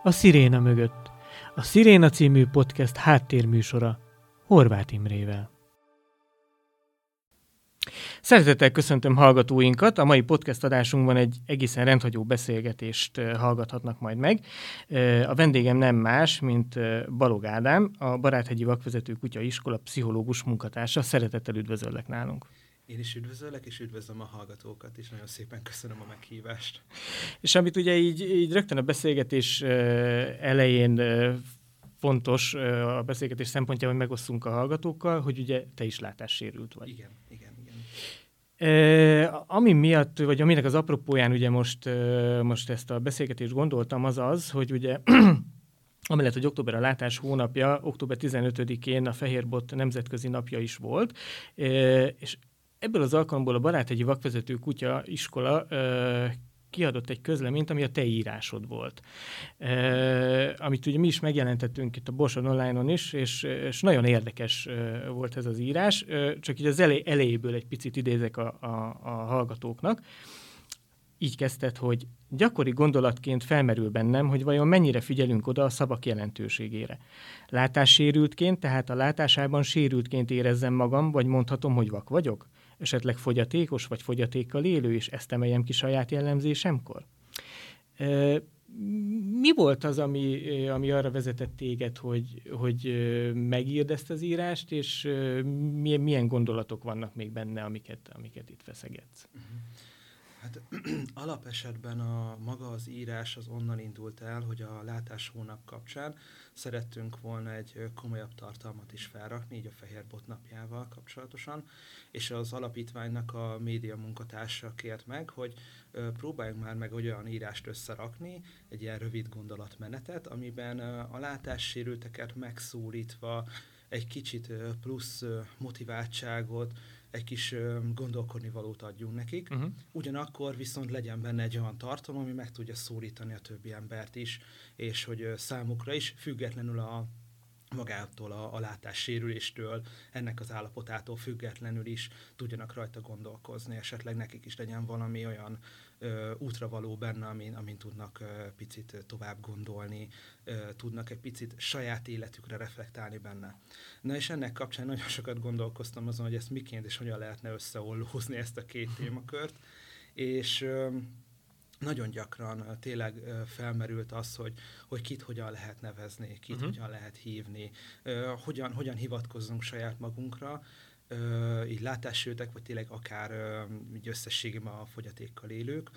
A Sziréna mögött. A Sziréna című podcast háttérműsora Horváth Imrével. Szeretettel köszöntöm hallgatóinkat. A mai podcast adásunkban egy egészen rendhagyó beszélgetést hallgathatnak majd meg. A vendégem nem más, mint Balog Ádám, a Baráthegyi Vakvezető Kutya Iskola pszichológus munkatársa. Szeretettel üdvözöllek nálunk. Én is üdvözöllek, és üdvözlöm a hallgatókat, és nagyon szépen köszönöm a meghívást. És amit ugye így rögtön a beszélgetés elején fontos a beszélgetés szempontjából, hogy megosszunk a hallgatókkal, hogy ugye te is látássérült vagy. Igen. Ami miatt, vagy aminek az apropóján ugye most ezt a beszélgetést gondoltam, az, hogy ugye amellett, hogy október a látás hónapja, október 15-én a Fehérbot nemzetközi napja is volt, és ebből az alkalomból a Baráthegyi Vakvezető Kutya Iskola kiadott egy közleményt, ami a te írásod volt. Amit ugye mi is megjelentettünk itt a Borsod Online-on is, és nagyon érdekes volt ez az írás, csak így az elejéből egy picit idézek a hallgatóknak. Így kezdted, hogy gyakori gondolatként felmerül bennem, hogy vajon mennyire figyelünk oda a szavak jelentőségére. Látássérültként, tehát a látásában sérültként érezzem magam, vagy mondhatom, hogy vak vagyok? Esetleg fogyatékos vagy fogyatékkal élő, és ezt emeljem ki saját jellemzésemkor? Mi volt az, ami arra vezetett téged, hogy megírd ezt az írást, és milyen gondolatok vannak még benne, amiket itt feszegetsz? Hát alapesetben maga az írás az onnan indult el, hogy a látás hónap kapcsán szerettünk volna egy komolyabb tartalmat is felrakni, így a Fehérbot napjával kapcsolatosan, és az alapítványnak a média munkatársa kért meg, hogy próbáljunk már meg olyan írást összerakni, egy ilyen rövid gondolatmenetet, amiben a látássérülteket megszólítva egy kicsit plusz motiváltságot, egy kis gondolkodni valót adjunk nekik. Ugyanakkor viszont legyen benne egy olyan tartalom, ami meg tudja szólítani a többi embert is, és hogy számukra is, függetlenül magától a látássérüléstől, ennek az állapotától függetlenül is tudjanak rajta gondolkozni, esetleg nekik is legyen valami olyan útravaló benne, amin tudnak picit tovább gondolni, tudnak egy picit saját életükre reflektálni benne. Na és ennek kapcsán nagyon sokat gondolkoztam azon, hogy ezt miként és hogyan lehetne összeollózni ezt a két témakört, és nagyon gyakran tényleg felmerült az, hogy kit hogyan lehet nevezni, kit hogyan lehet hívni, hogyan hivatkozzunk saját magunkra, így látássérültek, vagy tényleg akár így összességében a fogyatékkal élők.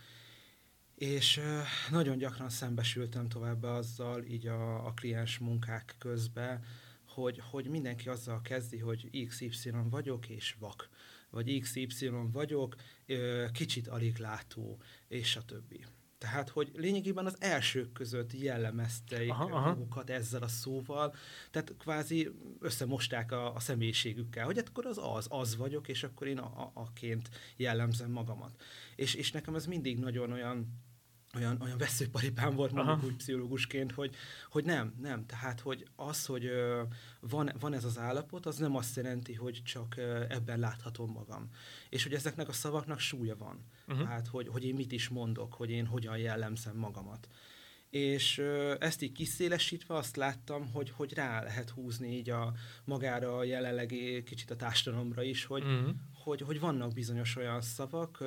És nagyon gyakran szembesültem továbbá azzal, így a kliens munkák közben, hogy mindenki azzal kezdi, hogy XY vagyok és vak, vagy XY vagyok, kicsit alig látó, és a többi. Tehát, hogy lényegében az elsők között jellemezték magukat ezzel a szóval, tehát kvázi összemosták a személyiségükkel, hogy akkor az vagyok, és akkor én aként jellemzem magamat. És nekem ez mindig nagyon olyan veszőparipám volt mondjuk úgy pszichológusként, hogy nem. Tehát, hogy az, hogy van ez az állapot, az nem azt jelenti, hogy csak ebben láthatom magam. És hogy ezeknek a szavaknak súlya van. Tehát, hogy én mit is mondok, hogy én hogyan jellemzem magamat. És ezt így kiszélesítve azt láttam, hogy rá lehet húzni így magára jelenlegi kicsit a társadalomra is, hogy vannak bizonyos olyan szavak,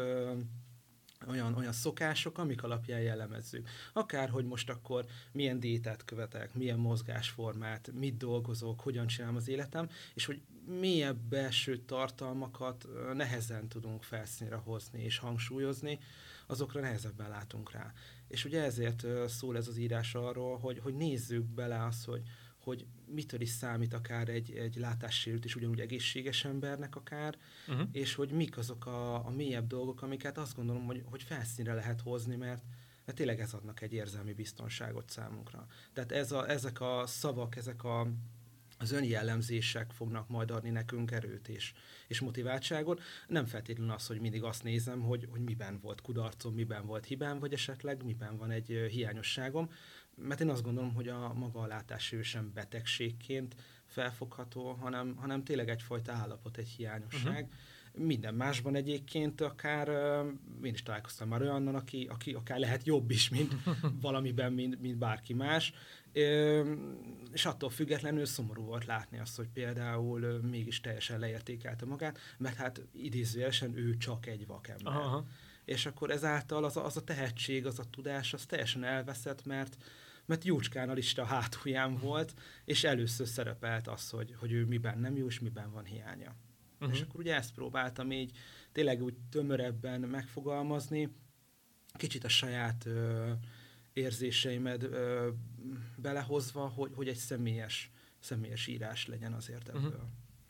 olyan szokások, amik alapján jellemezzük. Akár, hogy most akkor milyen diétát követek, milyen mozgásformát, mit dolgozok, hogyan csinálom az életem, és hogy mélyebb belső tartalmakat nehezen tudunk felszínre hozni és hangsúlyozni, azokra nehezebben látunk rá. És ugye ezért szól ez az írás arról, hogy nézzük bele azt, hogy mitől is számít akár egy látássérült és ugyanúgy egészséges embernek akár, és hogy mik azok a mélyebb dolgok, amiket azt gondolom, hogy felszínre lehet hozni, mert tényleg ez adnak egy érzelmi biztonságot számunkra. Tehát ezek a szavak, az önjellemzések fognak majd adni nekünk erőt és motiváltságot. Nem feltétlenül az, hogy mindig azt nézem, hogy miben volt kudarcom, miben volt hibám, vagy esetleg miben van egy hiányosságom, mert én azt gondolom, hogy maga a látássérülés sem betegségként felfogható, hanem tényleg egyfajta állapot, egy hiányosság. Minden másban egyébként akár én is találkoztam már olyannal, aki akár lehet jobb is, mint valamiben, mint bárki más. És attól függetlenül szomorú volt látni azt, hogy például mégis teljesen leértékelte magát, mert hát idézőjelesen ő csak egy vakember. Aha. És akkor ezáltal az a tehetség, az a tudás, az teljesen elveszett, mert jócskán a lista hátulján volt, és először szerepelt az, hogy ő miben nem jó, és miben van hiánya. És akkor ugye ezt próbáltam így tényleg úgy tömörebben megfogalmazni, kicsit a saját érzéseimet belehozva, hogy egy személyes írás legyen azért ebből.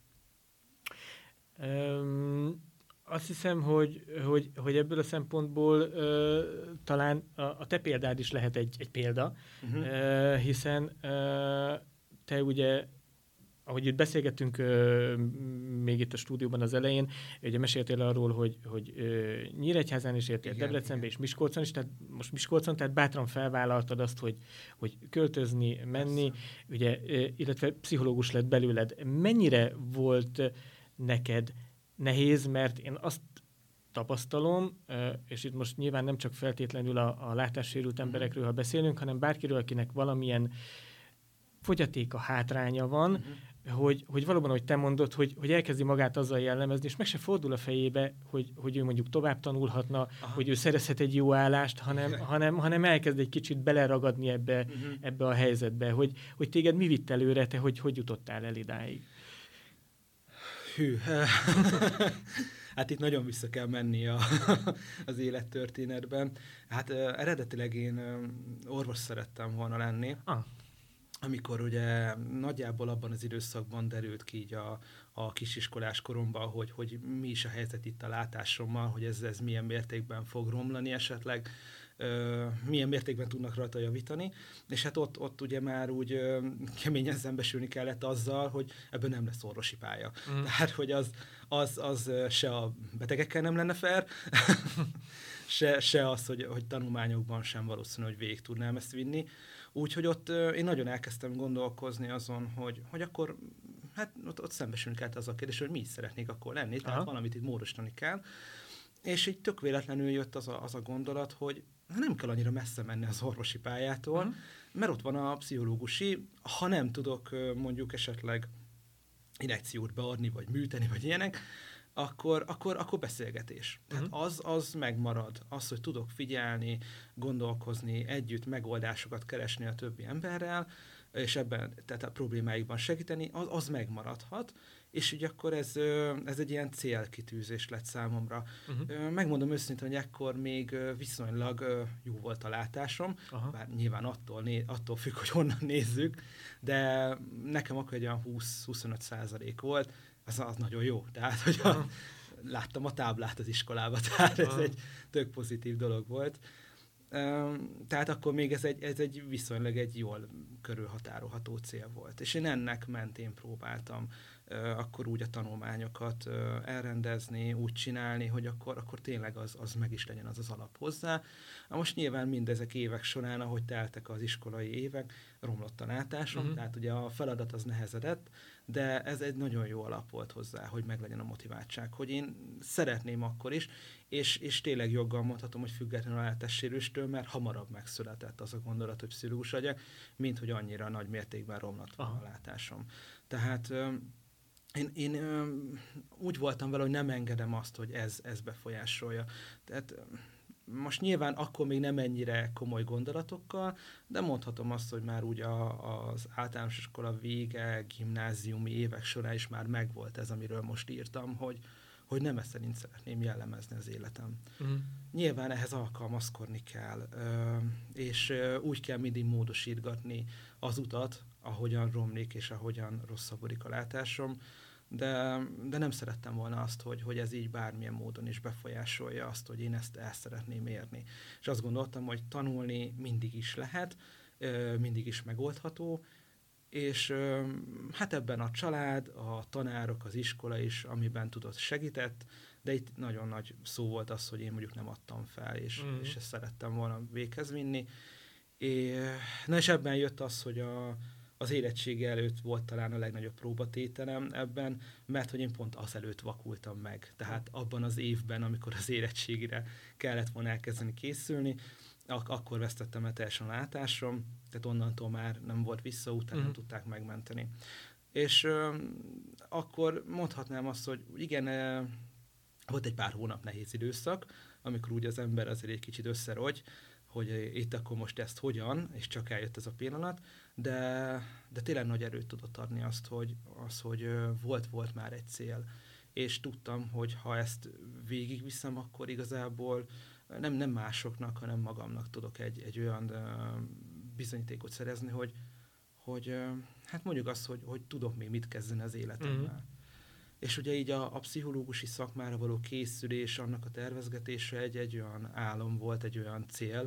Azt hiszem, hogy ebből a szempontból talán a te példád is lehet egy példa, hiszen te ugye, ahogy itt beszélgettünk még itt a stúdióban az elején, ugye meséltél arról, hogy Nyíregyházán is éltél, Debrecenben és Miskolcon is, tehát most Miskolcon, tehát bátran felvállaltad azt, hogy költözni, menni, ugye, illetve pszichológus lett belőled. Mennyire volt neked nehéz, mert én azt tapasztalom, és itt most nyilván nem csak feltétlenül a látássérült emberekről, ha beszélünk, hanem bárkiről, akinek valamilyen fogyatéka, hátránya van, hogy valóban, hogy te mondod, hogy elkezdi magát azzal jellemezni, és meg se fordul a fejébe, hogy ő mondjuk tovább tanulhatna, hogy ő szerezhet egy jó állást, hanem elkezd egy kicsit beleragadni ebbe a helyzetbe, hogy téged mi vitt előre, te hogy jutottál el idáig? Hű, hát itt nagyon vissza kell menni az élettörténetben. Hát eredetileg én orvos szerettem volna lenni, amikor ugye nagyjából abban az időszakban derült ki így a kisiskolás koromban, hogy mi is a helyzet itt a látásommal, hogy ez milyen mértékben fog romlani esetleg, milyen mértékben tudnak rajta javítani, és hát ott ugye már úgy keményen szembesülni kellett azzal, hogy ebből nem lesz orvosi pálya. Tehát, hogy az se a betegekkel nem lenne fair, se az, hogy tanulmányokban sem valószínű, hogy végig tudnám ezt vinni. Úgyhogy ott én nagyon elkezdtem gondolkozni azon, hogy akkor hát ott szembesülni kellett az a kérdés, hogy mi is szeretnék akkor lenni, tehát valamit itt módosítani kell. És így tök véletlenül jött az a gondolat, hogy nem kell annyira messze menni az orvosi pályától, mert ott van a pszichológusi, ha nem tudok mondjuk esetleg injekciót beadni, vagy műteni, vagy ilyenek, akkor beszélgetés. Tehát az megmarad. Az, hogy tudok figyelni, gondolkozni, együtt megoldásokat keresni a többi emberrel, és ebben, tehát a problémáikban segíteni, az megmaradhat, és így akkor ez egy ilyen célkitűzés lett számomra. Megmondom őszintén, hogy ekkor még viszonylag jó volt a látásom, bár nyilván attól függ, hogy honnan nézzük, de nekem akkor egy olyan 20-25% volt, az nagyon jó. Tehát, hogy láttam a táblát az iskolába, tehát ez egy tök pozitív dolog volt. Tehát akkor még ez egy viszonylag egy jól körülhatárolható cél volt. És én ennek mentén próbáltam akkor úgy a tanulmányokat elrendezni, úgy csinálni, hogy akkor tényleg az meg is legyen az alap hozzá. Most nyilván mindezek évek során, ahogy teltek az iskolai évek, romlott a látásom, tehát ugye a feladat az nehezedett, de ez egy nagyon jó alap volt hozzá, hogy meglegyen a motiváltság, hogy én szeretném akkor is, és tényleg joggal mondhatom, hogy függetlenül a látássérüléstől, mert hamarabb megszületett az a gondolat, hogy pszichológus legyek, mint hogy annyira nagy mértékben romlott a látásom. Tehát én úgy voltam vele, hogy nem engedem azt, hogy ez befolyásolja. Tehát most nyilván akkor még nem ennyire komoly gondolatokkal, de mondhatom azt, hogy már úgy az általános iskola vége, gimnáziumi évek során is már megvolt ez, amiről most írtam, hogy nem ezt szerint szeretném jellemezni az életem. Nyilván ehhez alkalmazkodni kell, és úgy kell mindig módosítgatni az utat, ahogyan romlik és ahogyan rosszabbodik a látásom, de nem szerettem volna azt, hogy ez így bármilyen módon is befolyásolja azt, hogy én ezt el szeretném érni. És azt gondoltam, hogy tanulni mindig is lehet, mindig is megoldható, és hát ebben a család, a tanárok, az iskola is, amiben tudott, segített, de itt nagyon nagy szó volt az, hogy én mondjuk nem adtam fel, és ezt szerettem volna véghez vinni. Na és ebben jött az, hogy Az érettségi előtt volt talán a legnagyobb próbatételem ebben, mert hogy én pont azelőtt vakultam meg. Tehát abban az évben, amikor az érettségire kellett volna elkezdeni készülni, akkor vesztettem el teljesen a látásom, tehát onnantól már nem volt visszaút, nem tudták megmenteni. És akkor mondhatnám azt, hogy igen, volt egy pár hónap nehéz időszak, amikor úgy az ember azért egy kicsit összerogy, hogy itt akkor most ezt hogyan, és csak eljött ez a pillanat, de tényleg nagy erőt tudott adni hogy volt már egy cél. És tudtam, hogy ha ezt végigviszem, akkor igazából nem másoknak, hanem magamnak tudok egy olyan bizonyítékot szerezni, hogy hát mondjuk azt, hogy tudok még mit kezdeni az életemmel. És ugye így a pszichológusi szakmára való készülés, annak a tervezgetése egy olyan álom volt, egy olyan cél,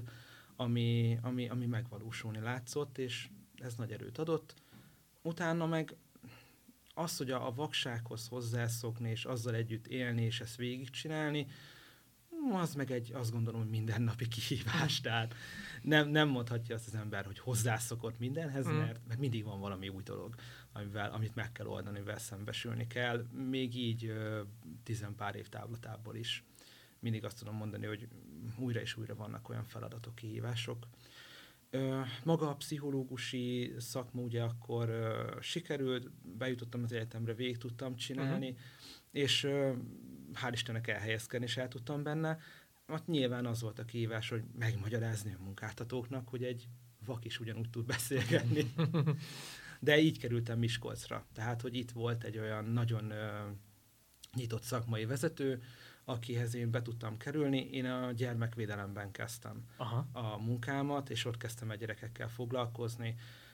ami megvalósulni látszott, és ez nagy erőt adott. Utána meg az, hogy a vaksághoz hozzászokni, és azzal együtt élni, és ezt végigcsinálni, az meg azt gondolom, hogy mindennapi kihívás. Tehát nem mondhatja azt az ember, hogy hozzászokott mindenhez, mert mindig van valami új dolog, amit meg kell oldani, amivel szembesülni kell. Még így 10 pár év távlatából is mindig azt tudom mondani, hogy újra és újra vannak olyan feladatok, kihívások. Maga a pszichológusi szakma ugye akkor sikerült, bejutottam az egyetemre, végig tudtam csinálni, és hál' Istennek elhelyezkedni is el tudtam benne. Hát nyilván az volt a kihívás, hogy megmagyarázni a munkáltatóknak, hogy egy vak is ugyanúgy tud beszélgetni. De így kerültem Miskolcra. Tehát, hogy itt volt egy olyan nagyon nyitott szakmai vezető, akihez én be tudtam kerülni. Én a gyermekvédelemben kezdtem a munkámat, és ott kezdtem a gyerekekkel foglalkozni,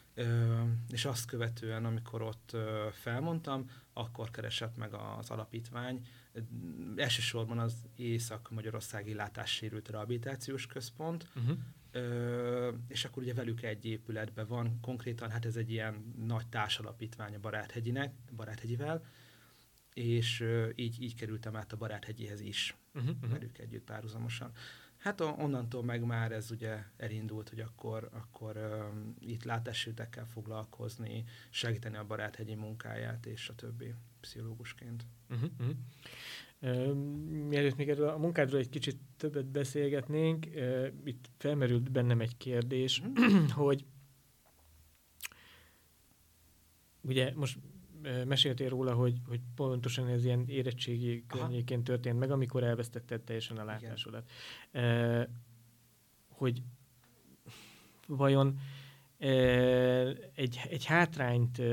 és azt követően, amikor ott felmondtam, akkor keresett meg az alapítvány, elsősorban az Észak-Magyarországi Látássérült Rehabilitációs Központ, és akkor ugye velük egy épületben van, konkrétan hát ez egy ilyen nagy társalapítvány a Baráthegyivel, és így kerültem át a Baráthegyihez is, velük együtt párhuzamosan. Hát onnantól meg már ez ugye elindult, hogy akkor itt látássérültekkel foglalkozni, segíteni a Baráthegyi munkáját, és a többi pszichológusként. Mielőtt még erről a munkádról egy kicsit többet beszélgetnénk, itt felmerült bennem egy kérdés, hogy ugye most meséltél róla, hogy pontosan ez ilyen érettségi környékén történt meg, amikor elvesztetted teljesen a látásodat. Hogy vajon egy hátrányt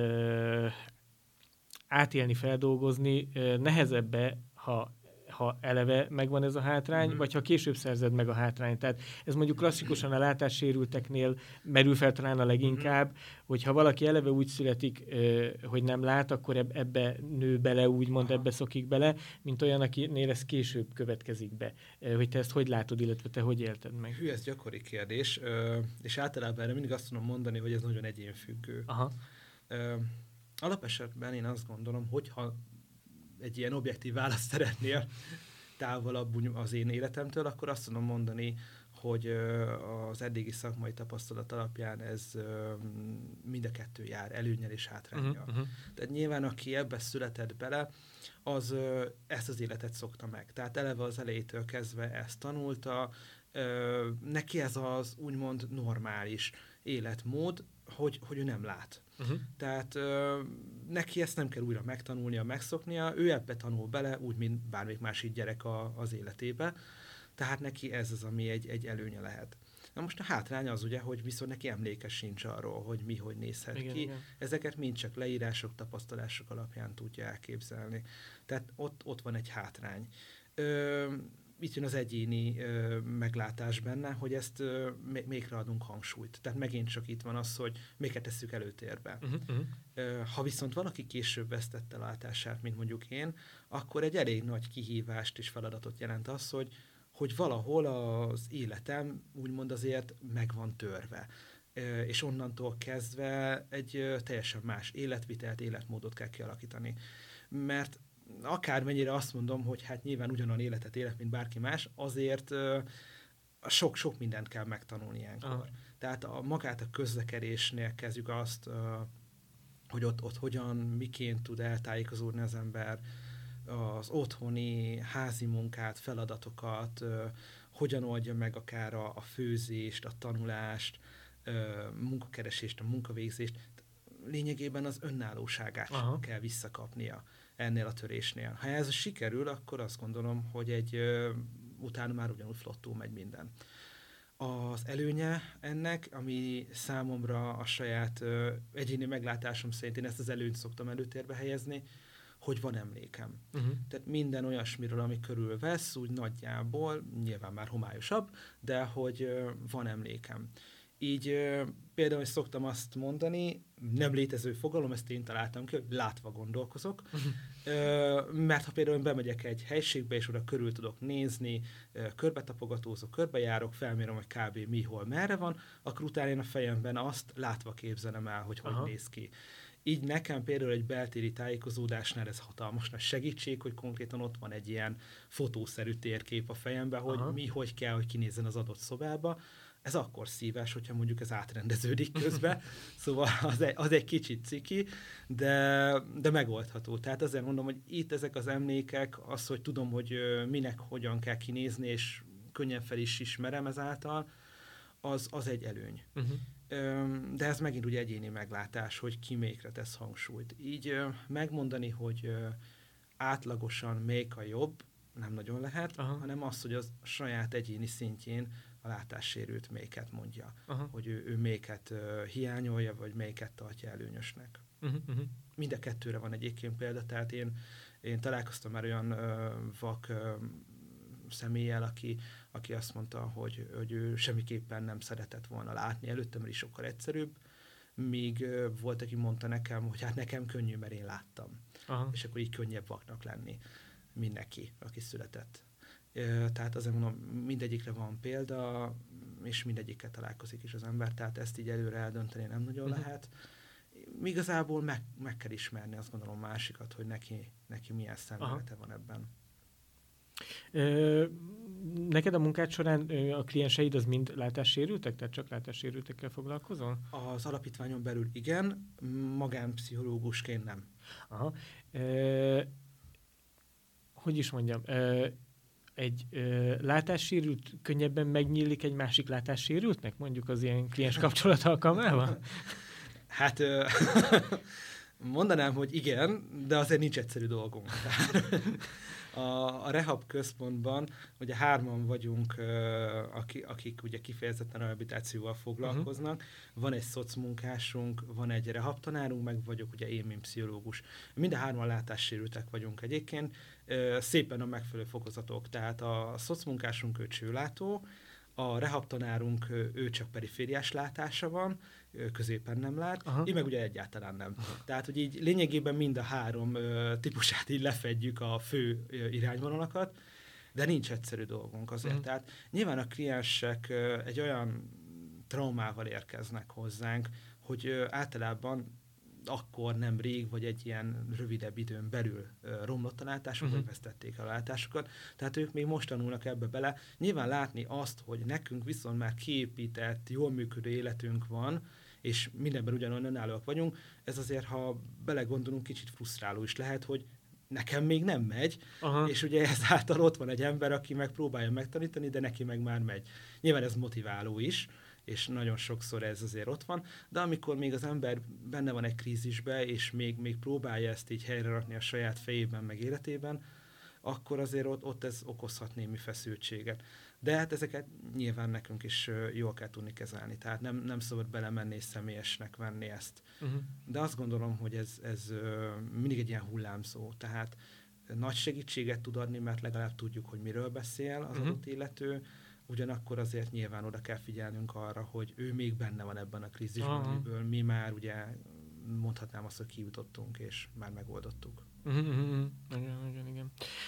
átélni, feldolgozni nehezebb-e, ha eleve megvan ez a hátrány, vagy ha később szerzed meg a hátrányt. Tehát ez mondjuk klasszikusan a látássérülteknél merül fel talán a leginkább, hogyha valaki eleve úgy születik, hogy nem lát, akkor ebbe nő bele, úgymond ebbe szokik bele, mint olyan, akinél ez később következik be. Hogy te ezt hogy látod, illetve te hogy élted meg? Hű, ez gyakori kérdés, és általában erre mindig azt tudom mondani, hogy ez nagyon egyénfüggő. Alapesetben én azt gondolom, hogyha egy ilyen objektív választ szeretnél távolabb az én életemtől, akkor azt tudom mondani, hogy az eddigi szakmai tapasztalat alapján ez mind a kettő jár, előnnyel és hátránnyal. Tehát nyilván, aki ebbe született bele, az ezt az életet szokta meg. Tehát eleve az elejétől kezdve ezt tanulta, neki ez az úgymond normális életmód, hogy ő nem lát. Tehát neki ezt nem kell újra megtanulnia, megszoknia, ő ebbe tanul bele, úgy, mint bármelyik másik gyerek az életébe. Tehát neki ez az, ami egy előnye lehet. Na most a hátrány az ugye, hogy viszont neki emléke sincs arról, hogy mi, hogy nézhet ki. Igen. Ezeket mind csak leírások, tapasztalások alapján tudja elképzelni. Tehát ott van egy hátrány. Itt jön az egyéni meglátás benne, hogy ezt mégre adunk hangsúlyt. Tehát megint csak itt van az, hogy miket tesszük előtérbe. Ha viszont valaki később vesztette látását, mint mondjuk én, akkor egy elég nagy kihívást és feladatot jelent az, hogy valahol az életem úgymond azért meg van törve. És onnantól kezdve egy teljesen más életvitelt, életmódot kell kialakítani. Mert akármennyire azt mondom, hogy hát nyilván ugyanolyan életet élek, mint bárki más, azért sok mindent kell megtanulni ilyenkor. Aha. Tehát magát a közlekedésnél kezdjük azt, hogy ott hogyan, miként tud eltájékozódni az ember, az otthoni házi munkát, feladatokat, hogyan oldja meg akár a főzést, a tanulást, munkakeresést, a munkavégzést. Lényegében az önállóságát kell visszakapnia ennél a törésnél. Ha ez sikerül, akkor azt gondolom, hogy utána már ugyanúgy flottul megy minden. Az előnye ennek, ami számomra a saját egyéni meglátásom szerint, én ezt az előnyt szoktam előtérbe helyezni, hogy van emlékem. Tehát minden olyasmiről, ami körülvesz, úgy nagyjából, nyilván már homályosabb, de hogy van emlékem. Így például is szoktam azt mondani, nem létező fogalom, ezt én találtam ki, hogy látva gondolkozok, mert ha például bemegyek egy helységbe, és oda körül tudok nézni, körbetapogatózok, körbejárok, felmérem, hogy kb. Mi, hol, merre van, akkor utána én a fejemben azt látva képzelem el, hogy néz ki. Így nekem például egy beltéri tájékozódásnál ez hatalmas nagy segítség, hogy konkrétan ott van egy ilyen fotószerű térkép a fejemben, hogy mi, hogy kell, hogy kinézzen az adott szobába. Ez akkor szíves, hogyha mondjuk ez átrendeződik közben, szóval az egy kicsit ciki, de megoldható. Tehát azért mondom, hogy itt ezek az emlékek, az, hogy tudom, hogy minek hogyan kell kinézni, és könnyen fel is ismerem ezáltal, az egy előny. De ez megint ugye egyéni meglátás, hogy ki melyikre tesz hangsúlyt. Így megmondani, hogy átlagosan melyik a jobb, nem nagyon lehet, hanem az, hogy az saját egyéni szintjén a látássérült melyiket mondja. Hogy ő melyiket hiányolja, vagy melyiket tartja előnyösnek. Mind a kettőre van egyébként példa, tehát én találkoztam már olyan vak személlyel, aki azt mondta, hogy ő semmiképpen nem szeretett volna látni, előttem is sokkal egyszerűbb, míg volt, aki mondta nekem, hogy hát nekem könnyű, mert én láttam. És akkor így könnyebb vaknak lenni, mint neki, aki született. Tehát azért mondom, mindegyikre van példa, és mindegyikkel találkozik is az ember, tehát ezt így előre eldönteni nem nagyon lehet. Igazából meg kell ismerni, azt gondolom, másikat, hogy neki milyen szemlélete van ebben. Neked a munkád során a klienseid az mind látássérültek? Tehát csak látássérültekkel foglalkozol? Az alapítványon belül igen, magánpszichológusként nem. Hogy is mondjam? Egy látássérült könnyebben megnyílik egy másik látássérültnek? Mondjuk az ilyen kliens kapcsolat alkalmával? Hát mondanám, hogy igen, de azért nincs egyszerű dolgunk. A rehab központban ugye 3 vagyunk, akik ugye kifejezetten rehabilitációval foglalkoznak. Van egy szocmunkásunk, van egy rehabtanárunk, meg vagyok ugye én, mint pszichológus. Mind a 3 látássérültek vagyunk egyébként. Szépen a megfelelő fokozatok. Tehát a szocmunkásunk ő csőlátó, a rehabtanárunk ő csak perifériás látása van, középen nem lát, én meg ugye egyáltalán nem. Tehát, hogy így lényegében mind a 3 típusát így lefedjük a fő irányvonalakat, de nincs egyszerű dolgunk azért. Tehát nyilván a kliensek egy olyan traumával érkeznek hozzánk, hogy általában akkor nem rég, vagy egy ilyen rövidebb időn belül romlott a látásuk, vagy vesztették a látásukat. Tehát ők még most tanulnak ebbe bele. Nyilván látni azt, hogy nekünk viszont már kiépített, jól működő életünk van, és mindenben ugyanolyan önállóak vagyunk, ez azért, ha belegondolunk, kicsit frusztráló is lehet, hogy nekem még nem megy, és ugye ezáltal ott van egy ember, aki megpróbálja megtanítani, de neki meg már megy. Nyilván ez motiváló is, és nagyon sokszor ez azért ott van, de amikor még az ember benne van egy krízisbe, és még próbálja ezt így helyre rakni a saját fejében, meg életében, akkor azért ott ez okozhat némi feszültséget. De hát ezeket nyilván nekünk is jól kell tudni kezelni, tehát nem szabad belemenni és személyesnek venni ezt. De azt gondolom, hogy ez mindig egy ilyen hullámzó, tehát nagy segítséget tud adni, mert legalább tudjuk, hogy miről beszél az adott illető, ugyanakkor azért nyilván oda kell figyelnünk arra, hogy ő még benne van ebben a krízisben, amiből mi már ugye mondhatnám azt, hogy kijutottunk, és már megoldottuk. Igen.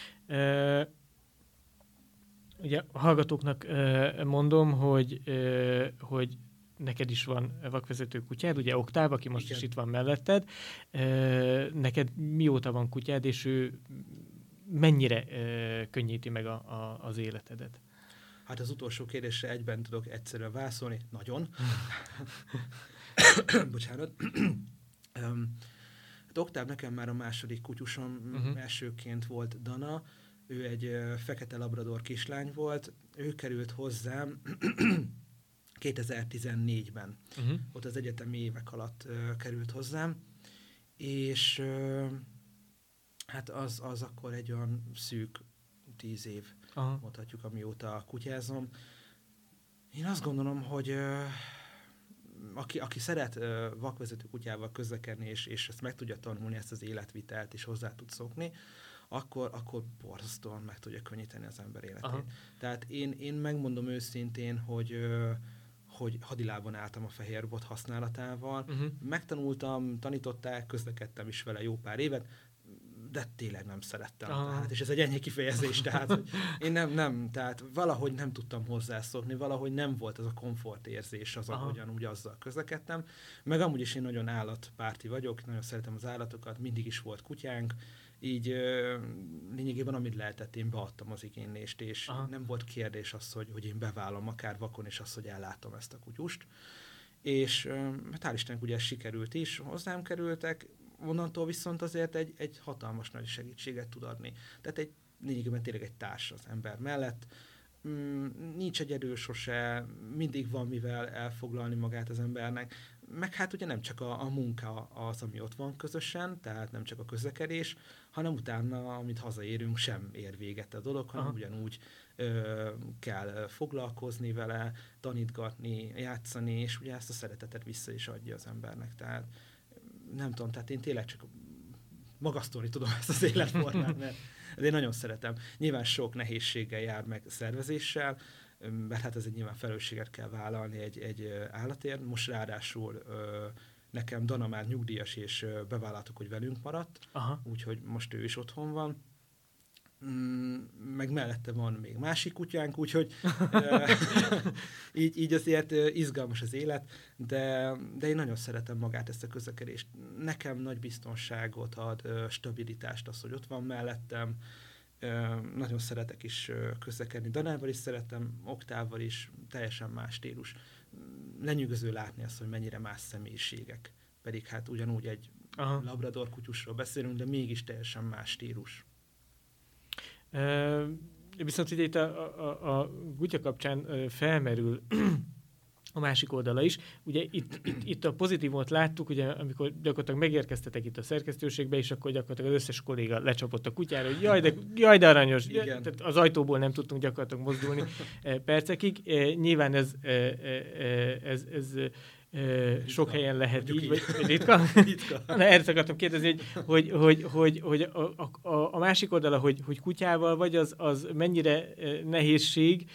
Ugye a hallgatóknak mondom, hogy neked is van vakvezető kutyád, ugye Oktáv, aki most is itt van melletted. Neked mióta van kutyád, és ő mennyire könnyíti meg az életedet? Hát az utolsó kérdésre egyben tudok egyszerűen válaszolni. Nagyon. Bocsánat. Hát Oktáv nekem már a második kutyusom, elsőként volt Dana, ő egy fekete labrador kislány volt, ő került hozzám 2014-ben, ott az egyetemi évek alatt került hozzám, és hát az akkor egy olyan szűk 10 év, mondhatjuk, amióta kutyázom. Én azt gondolom, hogy aki szeret vakvezető kutyával közlekedni, és ezt meg tudja tanulni, ezt az életvitelt, és hozzá tud szokni, akkor borzasztóan meg tudja könnyíteni az ember életét. Aha. Tehát én megmondom őszintén, hogy hadilában álltam a fehérbot használatával. Megtanultam, tanították, közlekedtem is vele jó pár évet, de tényleg nem szerettem. Tehát, és ez egy enyhe kifejezés, tehát hogy én nem, tehát valahogy nem tudtam hozzászokni, valahogy nem volt az a komfortérzés az, ahogyan úgy azzal közlekedtem. Meg amúgy is én nagyon állatpárti vagyok, nagyon szeretem az állatokat, mindig is volt kutyánk, így lényegében amit lehetett, én beadtam az igénylést, és nem volt kérdés az, hogy én bevállalom akár vakon, és az, hogy ellátom ezt a kutyust. És hál' Istennek ugye ez sikerült is, hozzám kerültek, onnantól viszont azért egy hatalmas nagy segítséget tud adni. Tehát lényegében tényleg egy társ az ember mellett. Nincs egyedül sose, mindig van mivel elfoglalni magát az embernek. Meg hát ugye nem csak a munka az, ami ott van közösen, tehát nem csak a közlekedés, hanem utána, amit hazaérünk, sem ér véget a dolog, hanem ugyanúgy kell foglalkozni vele, tanítgatni, játszani, és ugye ezt a szeretetet vissza is adja az embernek. Tehát nem tudom, tehát én tényleg csak magasztolni tudom ezt az életformát, mert én nagyon szeretem. Nyilván sok nehézséggel jár meg szervezéssel, mert hát ez egy nyilván felelősséget kell vállalni egy állatért. Most ráadásul nekem Dana már nyugdíjas, és bevállaltuk, hogy velünk maradt, úgyhogy most ő is otthon van. Meg mellette van még másik kutyánk, úgyhogy így azért izgalmas az élet, de én nagyon szeretem magát ezt a közlekedést. Nekem nagy biztonságot ad, stabilitást az, hogy ott van mellettem. Nagyon szeretek is közlekedni. Danával is szeretem, Oktávval is, teljesen más stílus. Lenyűgöző látni azt, hogy mennyire más személyiségek. Pedig hát ugyanúgy egy labrador kutyusról beszélünk, de mégis teljesen más stílus. Viszont ugye itt a kutya kapcsán felmerül a másik oldala is. Ugye itt a pozitívumot láttuk, ugye, amikor gyakorlatilag megérkeztetek itt a szerkesztőségbe, és akkor gyakorlatilag az összes kolléga lecsapott a kutyára, hogy jaj, de aranyos. Tehát az ajtóból nem tudtunk gyakorlatilag mozdulni percekig. Nyilván ez sok helyen lehet így, vagy ritka? Erre akartam kérdezni, hogy a másik oldala, hogy kutyával vagy, az mennyire nehézség,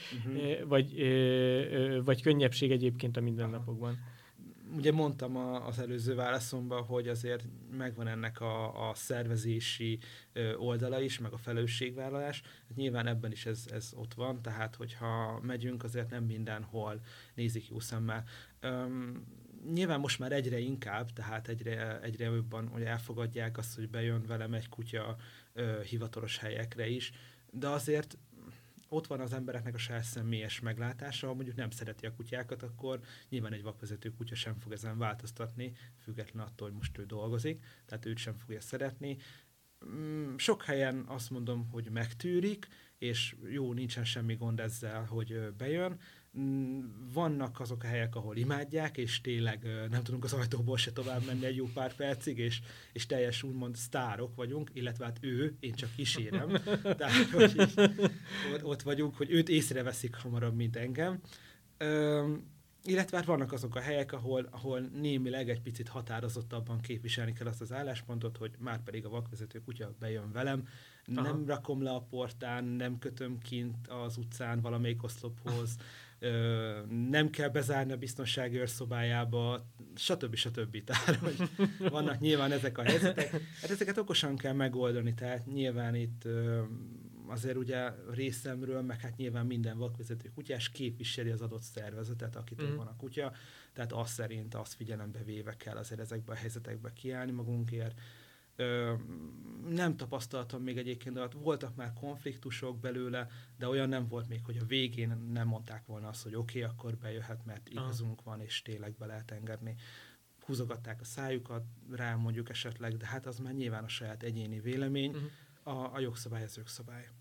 vagy könnyebbség egyébként a mindennapokban? Ugye mondtam az előző válaszomban, hogy azért megvan ennek a szervezési oldala is, meg a felelősségvállalás. Nyilván ebben is ez ott van, tehát hogyha megyünk, azért nem mindenhol nézik jó szemmel. Nyilván most már egyre inkább, tehát egyre jobban hogy elfogadják azt, hogy bejön velem egy kutya hivatalos helyekre is, de azért ott van az embereknek a saját személyes meglátása, ha mondjuk nem szereti a kutyákat, akkor nyilván egy vakvezető kutya sem fog ezen változtatni, független attól, hogy most ő dolgozik, tehát őt sem fogja szeretni. Sok helyen azt mondom, hogy megtűrik, és jó, nincsen semmi gond ezzel, hogy bejön. Vannak azok a helyek, ahol imádják, és tényleg nem tudunk az ajtóból se tovább menni egy jó pár percig, és teljes úgymond sztárok vagyunk, illetve hát én csak kísérem. Tehát, hogy ott vagyunk, hogy őt észreveszik hamarabb, mint engem. Illetve hát vannak azok a helyek, ahol némileg egy picit határozottabban képviselni kell azt az álláspontot, hogy már pedig a vakvezető kutya bejön velem, nem rakom le a portán, nem kötöm kint az utcán valamelyik oszlophoz, nem kell bezárni a biztonsági őrszobájába, stb. Tehát, hogy vannak nyilván ezek a helyzetek. Hát ezeket okosan kell megoldani, tehát nyilván itt azért ugye részemről, meg hát nyilván minden vakvezető kutyás képviseli az adott szervezetet, akitől van a kutya, tehát azt szerint, azt figyelembe véve kell azért ezekben a helyzetekben kiállni magunkért. Nem tapasztaltam még egyébként, de voltak már konfliktusok belőle, de olyan nem volt még, hogy a végén nem mondták volna azt, hogy oké, akkor bejöhet, mert igazunk van, és tényleg be lehet engedni. Húzogatták a szájukat rá mondjuk esetleg, de hát az már nyilván a saját egyéni vélemény, a jogszabály az jogszabály.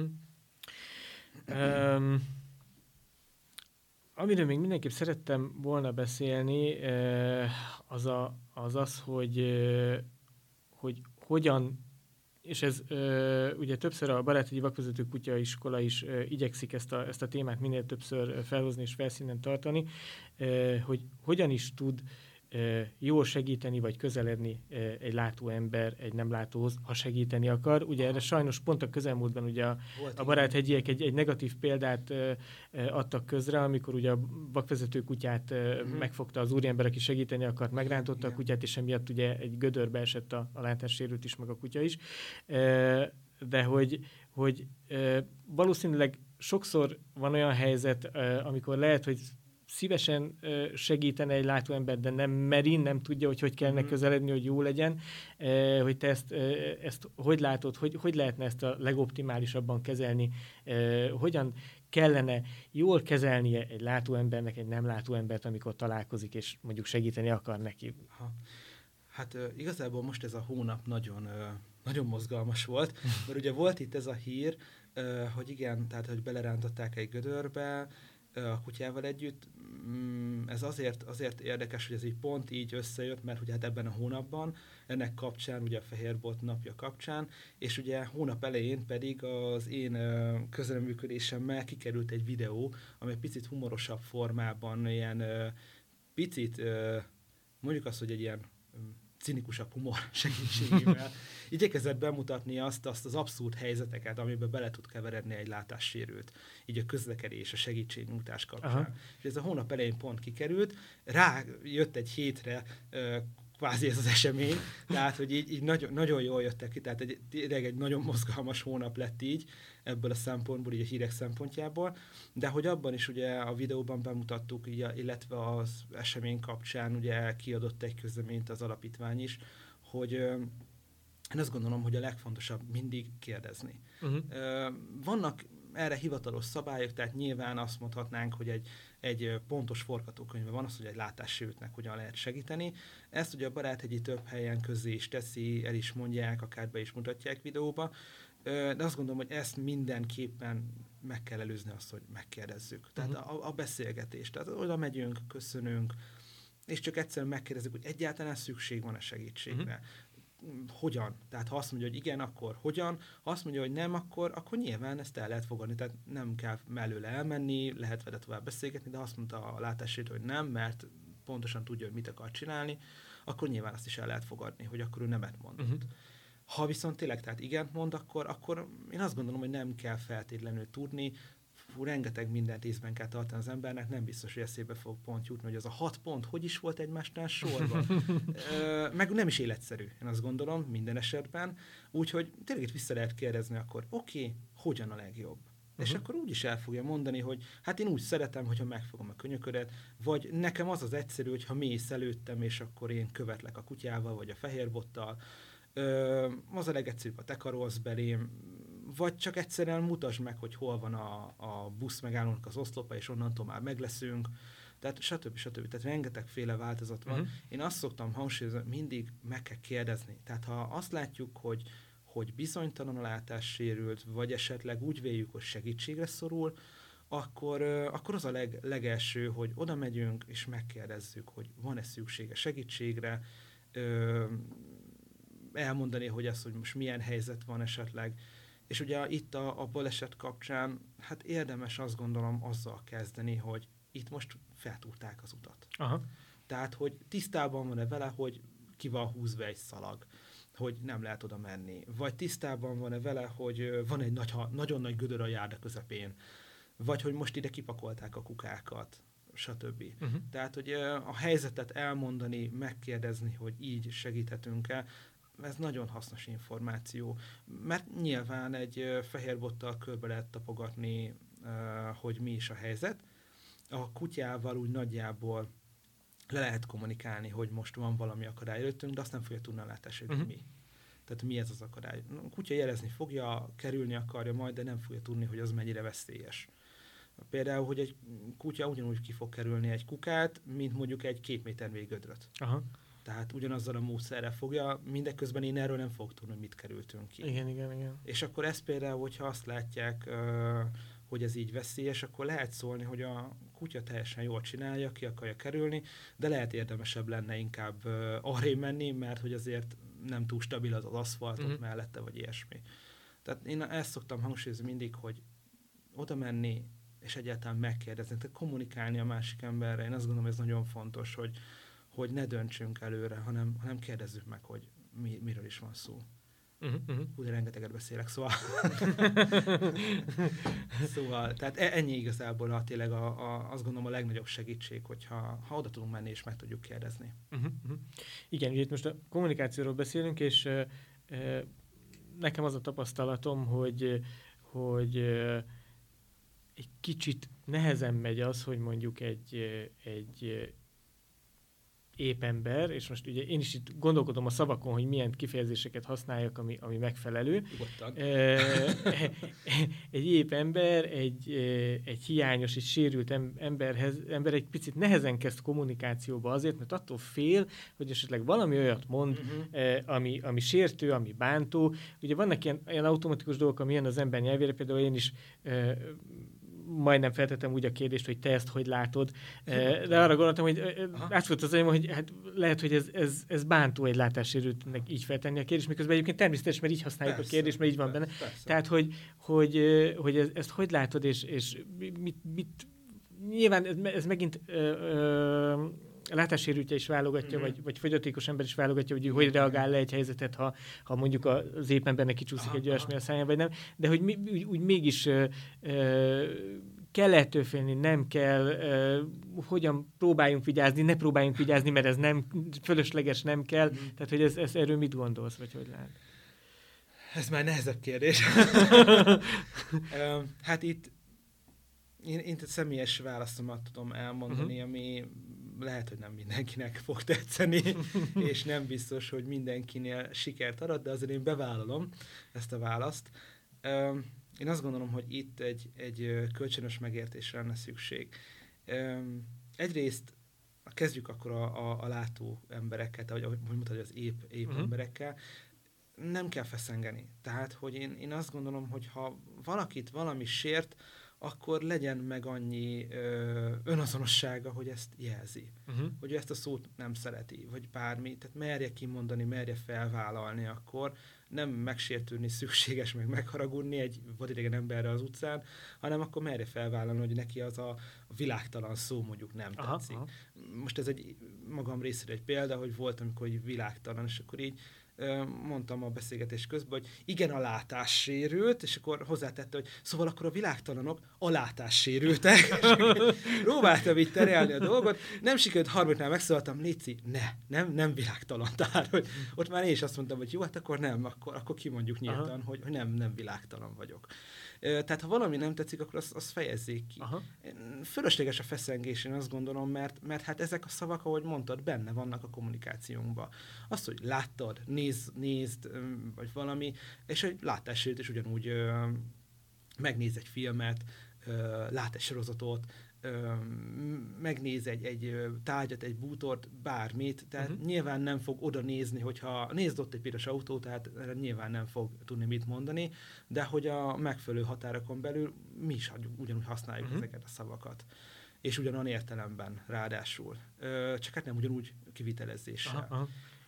Amiről még mindenképp szerettem volna beszélni, az, hogy hogyan, és ez ugye többször a Baráthegyi Vakvezető Kutyaiskola is igyekszik ezt a témát minél többször felhozni és felszínen tartani, hogy hogyan is tud jól segíteni, vagy közeledni egy látó ember egy nem látóhoz, ha segíteni akar. Ugye erre sajnos pont a közelmúltban ugye a Baráthegyiek egy negatív példát adtak közre, amikor ugye a vakvezető kutyát megfogta az úriember, aki segíteni akart, megrántotta a kutyát, és emiatt ugye egy gödörbe esett a látássérült is, meg a kutya is. De hogy valószínűleg sokszor van olyan helyzet, amikor lehet, hogy szívesen segítene egy látóember, de nem meri, nem tudja, hogy kellene közeledni, hogy jó legyen, hogy te ezt hogy látod, hogy lehetne ezt a legoptimálisabban kezelni, hogyan kellene jól kezelnie egy látóembernek egy nem látóembert, amikor találkozik, és mondjuk segíteni akar neki. Hát igazából most ez a hónap nagyon, nagyon mozgalmas volt, mert ugye volt itt ez a hír, hogy igen, tehát hogy belerántották egy gödörbe, a kutyával együtt. Ez azért érdekes, hogy ez így pont így összejött, mert ugye hát ebben a hónapban, ennek kapcsán, ugye a Fehérbolt napja kapcsán, és ugye hónap elején pedig az én közreműködésemmel kikerült egy videó, ami egy picit humorosabb formában, ilyen picit, mondjuk azt, hogy egy ilyen cinikusabb humor segítségével igyekezett bemutatni azt az abszurd helyzeteket, amiben bele tud keveredni egy látássérült, így a közlekedés, a segítségnyújtás kapcsán. És ez a hónap elején pont kikerült, rájött egy hétre kvázi ez az esemény, tehát hogy így nagyon, nagyon jól jöttek ki, tehát tényleg egy nagyon mozgalmas hónap lett így, ebből a szempontból, így a hírek szempontjából, de hogy abban is ugye a videóban bemutattuk, illetve az esemény kapcsán ugye kiadott egy közleményt az alapítvány is, hogy én azt gondolom, hogy a legfontosabb mindig kérdezni. Vannak erre hivatalos szabályok, tehát nyilván azt mondhatnánk, hogy egy pontos forgatókönyve van az, hogy egy látássérültnek hogyan lehet segíteni. Ezt ugye a Baráthegyi több helyen közé is teszi, el is mondják, akár be is mutatják videóba, de azt gondolom, hogy ezt mindenképpen meg kell előzni azt, hogy megkérdezzük. Tehát a beszélgetést, tehát oda megyünk, köszönünk, és csak egyszerűen megkérdezzük, hogy egyáltalán szükség van a segítségre. Hogyan? Tehát ha azt mondja, hogy igen, akkor hogyan? Ha azt mondja, hogy nem, akkor nyilván ezt el lehet fogadni. Tehát nem kell mellőle elmenni, lehet vele tovább beszélgetni, de azt mondta a látássérült, hogy nem, mert pontosan tudja, hogy mit akar csinálni, akkor nyilván azt is el lehet fogadni, hogy akkor ő nemet mondott. Ha viszont tényleg tehát igent mond, akkor én azt gondolom, hogy nem kell feltétlenül tudni, rengeteg mindent észben kell tartani az embernek, nem biztos, hogy eszébe fog pont jutni, hogy az a 6 pont hogy is volt egymásnál sorban. Meg nem is életszerű, én azt gondolom, minden esetben. Úgyhogy tényleg itt vissza lehet kérdezni akkor, oké, hogyan a legjobb? És akkor úgy is el fogja mondani, hogy hát én úgy szeretem, hogyha megfogom a könyöködet, vagy nekem az az egyszerű, hogyha mész előttem, és akkor én követlek a kutyával, vagy a fehérbottal. Az a legegyszerűbb, ha te karolsz belém, vagy csak egyszerűen mutasd meg, hogy hol van a busz megállónak az oszlopa, és onnantól már megleszünk. Tehát stb. Tehát rengetegféle változat van. Én azt szoktam hangsúlyozni, mindig meg kell kérdezni. Tehát ha azt látjuk, hogy bizonytalan a látássérült, vagy esetleg úgy véljük, hogy segítségre szorul, akkor az a legelső, hogy oda megyünk, és megkérdezzük, hogy van-e szüksége segítségre, elmondani, hogy most milyen helyzet van esetleg. És ugye itt a baleset kapcsán, hát érdemes azt gondolom azzal kezdeni, hogy itt most feltúrták az utat. Tehát, hogy tisztában van-e vele, hogy ki van húzva egy szalag, hogy nem lehet oda menni. Vagy tisztában van-e vele, hogy van egy nagyon nagy gödör a járda közepén. Vagy hogy most ide kipakolták a kukákat, stb. Tehát, hogy a helyzetet elmondani, megkérdezni, hogy így segíthetünk-e, ez nagyon hasznos információ, mert nyilván egy fehérbottal körbe lehet tapogatni, hogy mi is a helyzet. A kutyával úgy nagyjából le lehet kommunikálni, hogy most van valami akadály előttünk, de azt nem fogja tudni a látássérült, mi. Tehát mi ez az akadály? A kutya jelezni fogja, kerülni akarja majd, de nem fogja tudni, hogy az mennyire veszélyes. Például, hogy egy kutya ugyanúgy ki fog kerülni egy kukát, mint mondjuk egy 2 méter mély gödröt. Aha. Tehát ugyanazzal a módszerrel fogja, mindeközben én erről nem fogok tudni, hogy mit kerültünk ki. Igen. És akkor ez például, hogyha azt látják, hogy ez így veszélyes, akkor lehet szólni, hogy a kutya teljesen jól csinálja, ki akarja kerülni, de lehet érdemesebb lenne inkább arrébb menni, mert hogy azért nem túl stabil az aszfaltot mellette, vagy ilyesmi. Tehát én ezt szoktam hangsúlyozni mindig, hogy oda menni, és egyáltalán megkérdezni, tehát kommunikálni a másik emberre. Én azt gondolom, ez nagyon fontos, hogy ne döntsünk előre, hanem kérdezzük meg, hogy miről is van szó. Úgy rengeteget beszélek, szóval... szóval, tehát ennyi igazából tényleg azt gondolom a legnagyobb segítség, hogyha oda tudunk menni és meg tudjuk kérdezni. Igen, ugye itt most a kommunikációról beszélünk, és nekem az a tapasztalatom, hogy egy kicsit nehezen megy az, hogy mondjuk egy épp ember, és most ugye én is itt gondolkodom a szavakon, hogy milyen kifejezéseket használjak, ami megfelelő. Egy épp ember, egy hiányos, egy sérült ember egy picit nehezen kezd kommunikációba azért, mert attól fél, hogy esetleg valami olyat mond, ami sértő, ami bántó. Ugye vannak ilyen automatikus dolgok, ami jön az ember nyelvére, például én is majdnem feltettem úgy a kérdést, hogy te ezt hogy látod, de arra gondoltam, hogy átfut az agyam, hogy hát lehet, hogy ez bántó egy látássérültnek így feltenni a kérdést, miközben egyébként természetes, mert így használjuk a kérdést, mert így van benne. Tehát, hogy ezt hogy látod, és mit nyilván ez megint látássérültje is válogatja, vagy fogyatékos ember is válogatja, hogy reagál le egy helyzetet, ha mondjuk az épp embernek kicsúszik egy olyasmi a száján, vagy nem. De hogy úgy mégis kell ettől félni, nem kell, hogyan próbáljunk vigyázni, ne próbáljunk vigyázni, mert ez nem fölösleges, nem kell. Tehát, hogy ez erről mit gondolsz, vagy hogy lát? Ez már nehezebb kérdés. Hát itt én egy személyes válaszomat tudom elmondani, ami lehet, hogy nem mindenkinek fog tetszeni, és nem biztos, hogy mindenkinél sikert arat, de azért én bevállalom ezt a választ. Én azt gondolom, hogy itt egy kölcsönös megértésre lenne szükség. Egyrészt kezdjük akkor a látó embereket, ahogy mondtad, az épp emberekkel, nem kell feszengeni. Tehát, hogy én azt gondolom, hogy ha valakit valami sért, akkor legyen meg annyi önazonossága, hogy ezt jelzi. Hogy ezt a szót nem szereti, vagy bármi. Tehát merje kimondani, merje felvállalni, akkor nem megsértődni szükséges, meg megharagudni egy vadidegen emberre az utcán, hanem akkor merje felvállalni, hogy neki az a világtalan szó mondjuk nem tetszik. Most ez egy magam részéről egy példa, hogy volt, amikor világtalan, és akkor így mondtam a beszélgetés közben, hogy igen, a látás sérült, és akkor hozzátette, hogy szóval akkor a világtalanok a látás sérültek. Próbáltam így terelni a dolgot, nem sikerült, harmadiknál megszólaltam, Léci, nem világtalan. Tehát, hogy ott már én is azt mondtam, hogy jó, hát akkor nem, akkor kimondjuk nyíltan, hogy nem világtalan vagyok. Tehát ha valami nem tetszik, akkor azt fejezzék ki. Fölösleges a feszengés, én azt gondolom, mert hát ezek a szavak, ahogy mondtad, benne vannak a kommunikációnkban. Azt, hogy láttad, nézd, vagy valami, és egy látássérült is ugyanúgy megnéz egy filmet, lát egy sorozatot, megnéz egy tárgyat, egy bútort, bármit, tehát nyilván nem fog oda nézni, hogyha nézd ott egy piros autó, tehát nyilván nem fog tudni mit mondani, de hogy a megfelelő határokon belül mi is ugyanúgy használjuk ezeket a szavakat. És ugyanolyan értelemben ráadásul. Csak hát nem ugyanúgy kivitelezéssel.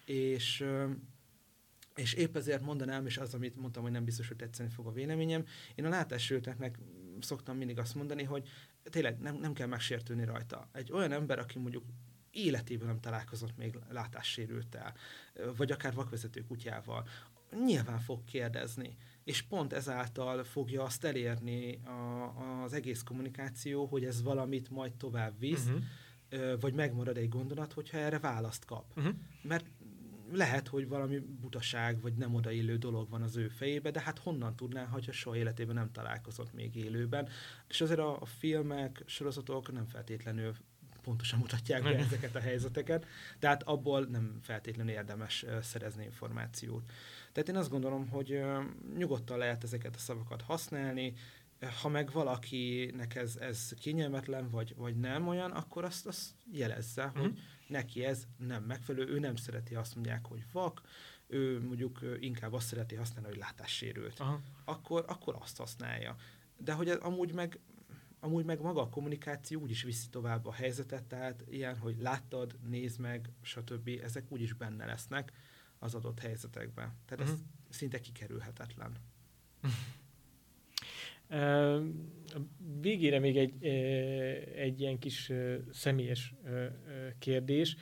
És épp ezért mondanám, és az, amit mondtam, hogy nem biztos, hogy tetszeni fog a véleményem, én a látássérülteknek szoktam mindig azt mondani, hogy tényleg nem kell megsértődni rajta. Egy olyan ember, aki mondjuk életében nem találkozott még látássérülttel, vagy akár vakvezető kutyával, nyilván fog kérdezni. És pont ezáltal fogja azt elérni az egész kommunikáció, hogy ez valamit majd tovább visz, vagy megmarad egy gondolat, hogyha erre választ kap. Mert lehet, hogy valami butaság, vagy nem odaillő dolog van az ő fejébe, de hát honnan tudná, hogyha soha életében nem találkozott még élőben. És azért a filmek, sorozatok nem feltétlenül pontosan mutatják be ezeket a helyzeteket, tehát abból nem feltétlenül érdemes szerezni információt. Tehát én azt gondolom, hogy nyugodtan lehet ezeket a szavakat használni, ha meg valakinek ez kényelmetlen, vagy nem olyan, akkor azt jelezze, hogy neki ez nem megfelelő, ő nem szereti, azt mondják, hogy vak, ő mondjuk inkább azt szereti használni, hogy látássérült. Akkor azt használja. De hogy amúgy meg maga a kommunikáció úgyis viszi tovább a helyzetet, tehát ilyen, hogy láttad, nézd meg, stb. Ezek úgyis benne lesznek az adott helyzetekben. Tehát ez szinte kikerülhetetlen. Végére még egy ilyen kis személyes kérdés.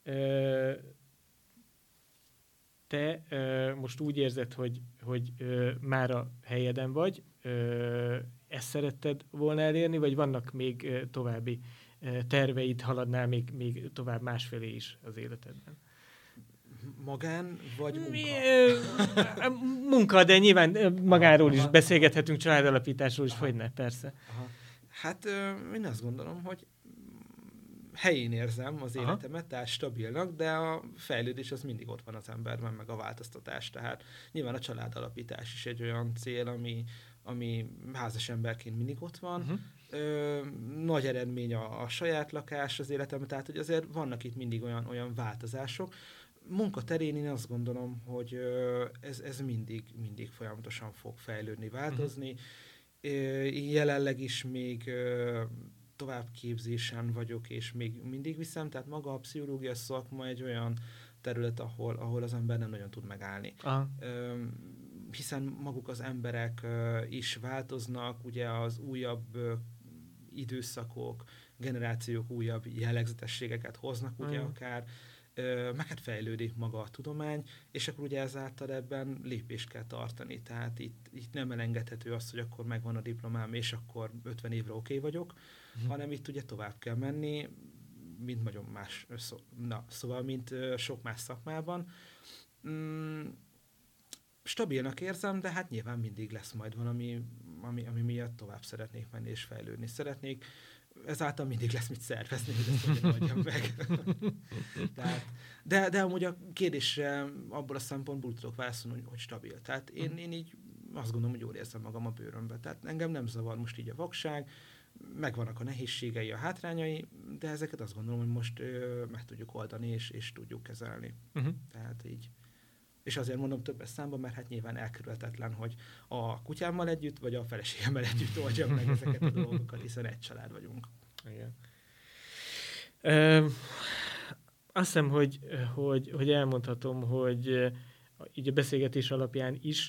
Te most úgy érzed, hogy már a helyeden vagy, ezt szeretted volna elérni, vagy vannak még további terveid, haladnál még tovább másfelé is az életedben? Magán vagy munka? Munka, de nyilván magáról is beszélgethetünk, családalapításról is, hogyne, persze. Aha. Hát én azt gondolom, hogy helyén érzem az életemet, tehát stabilnak, de a fejlődés az mindig ott van az emberben, meg a változtatás. Tehát nyilván a családalapítás is egy olyan cél, ami házas emberként mindig ott van. Nagy eredmény a saját lakás az életemben, tehát hogy azért vannak itt mindig olyan változások. Munkaterén én azt gondolom, hogy ez mindig folyamatosan fog fejlődni, változni. Jelenleg is még továbbképzésen vagyok, és még mindig viszem, tehát maga a pszichológia szakma egy olyan terület, ahol az ember nem nagyon tud megállni. Hiszen maguk az emberek is változnak, ugye az újabb időszakok, generációk újabb jellegzetességeket hoznak, ugye akár, meg hát fejlődik maga a tudomány, és akkor ugye ezáltal ebben lépést kell tartani. Tehát itt nem elengedhető az, hogy akkor megvan a diplomám, és akkor 50 évre oké vagyok, hanem itt ugye tovább kell menni, mint nagyon más, szóval mint sok más szakmában. Stabilnak érzem, de hát nyilván mindig lesz majd valami, ami miatt tovább szeretnék menni és fejlődni szeretnék. Ezáltal mindig lesz mit szervezni, hogy ezt hogyan adjam meg. Tehát, de amúgy a kérdésre abból a szempontból tudok válaszolni, hogy stabil. Tehát én így azt gondolom, hogy jól érzem magam a bőrömbe. Tehát engem nem zavar most így a vakság, megvannak a nehézségei, a hátrányai, de ezeket azt gondolom, hogy most meg tudjuk oldani, és tudjuk kezelni. Tehát így. És azért mondom többes számban, mert hát nyilván elkerülhetetlen, hogy a kutyámmal együtt, vagy a feleségemmel együtt oldjam meg ezeket a dolgokat, hiszen egy család vagyunk. Igen. Azt hiszem, hogy elmondhatom, hogy így a beszélgetés alapján is,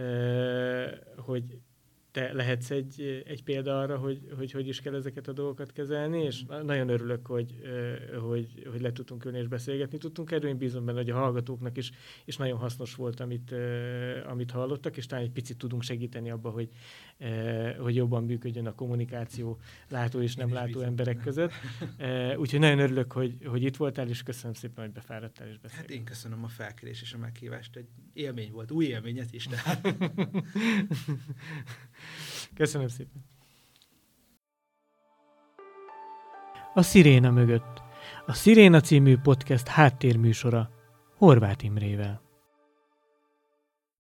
hogy te lehetsz egy példa arra, hogy is kell ezeket a dolgokat kezelni, és nagyon örülök, hogy le tudtunk ülni és beszélgetni tudtunk erről. Én bízom benne, hogy a hallgatóknak is nagyon hasznos volt, amit hallottak, és talán egy picit tudunk segíteni abba, hogy jobban működjön a kommunikáció látó és nem látó emberek között. Úgyhogy nagyon örülök, hogy itt voltál, és köszönöm szépen, hogy befáradtál és beszélgettél. Hát én köszönöm a felkérés és a meghívást. Egy élmény volt, új élményet is. Tehát. Köszönöm szépen. A Sziréna mögött. A Sziréna című podcast háttérműsora Horváth Imrével.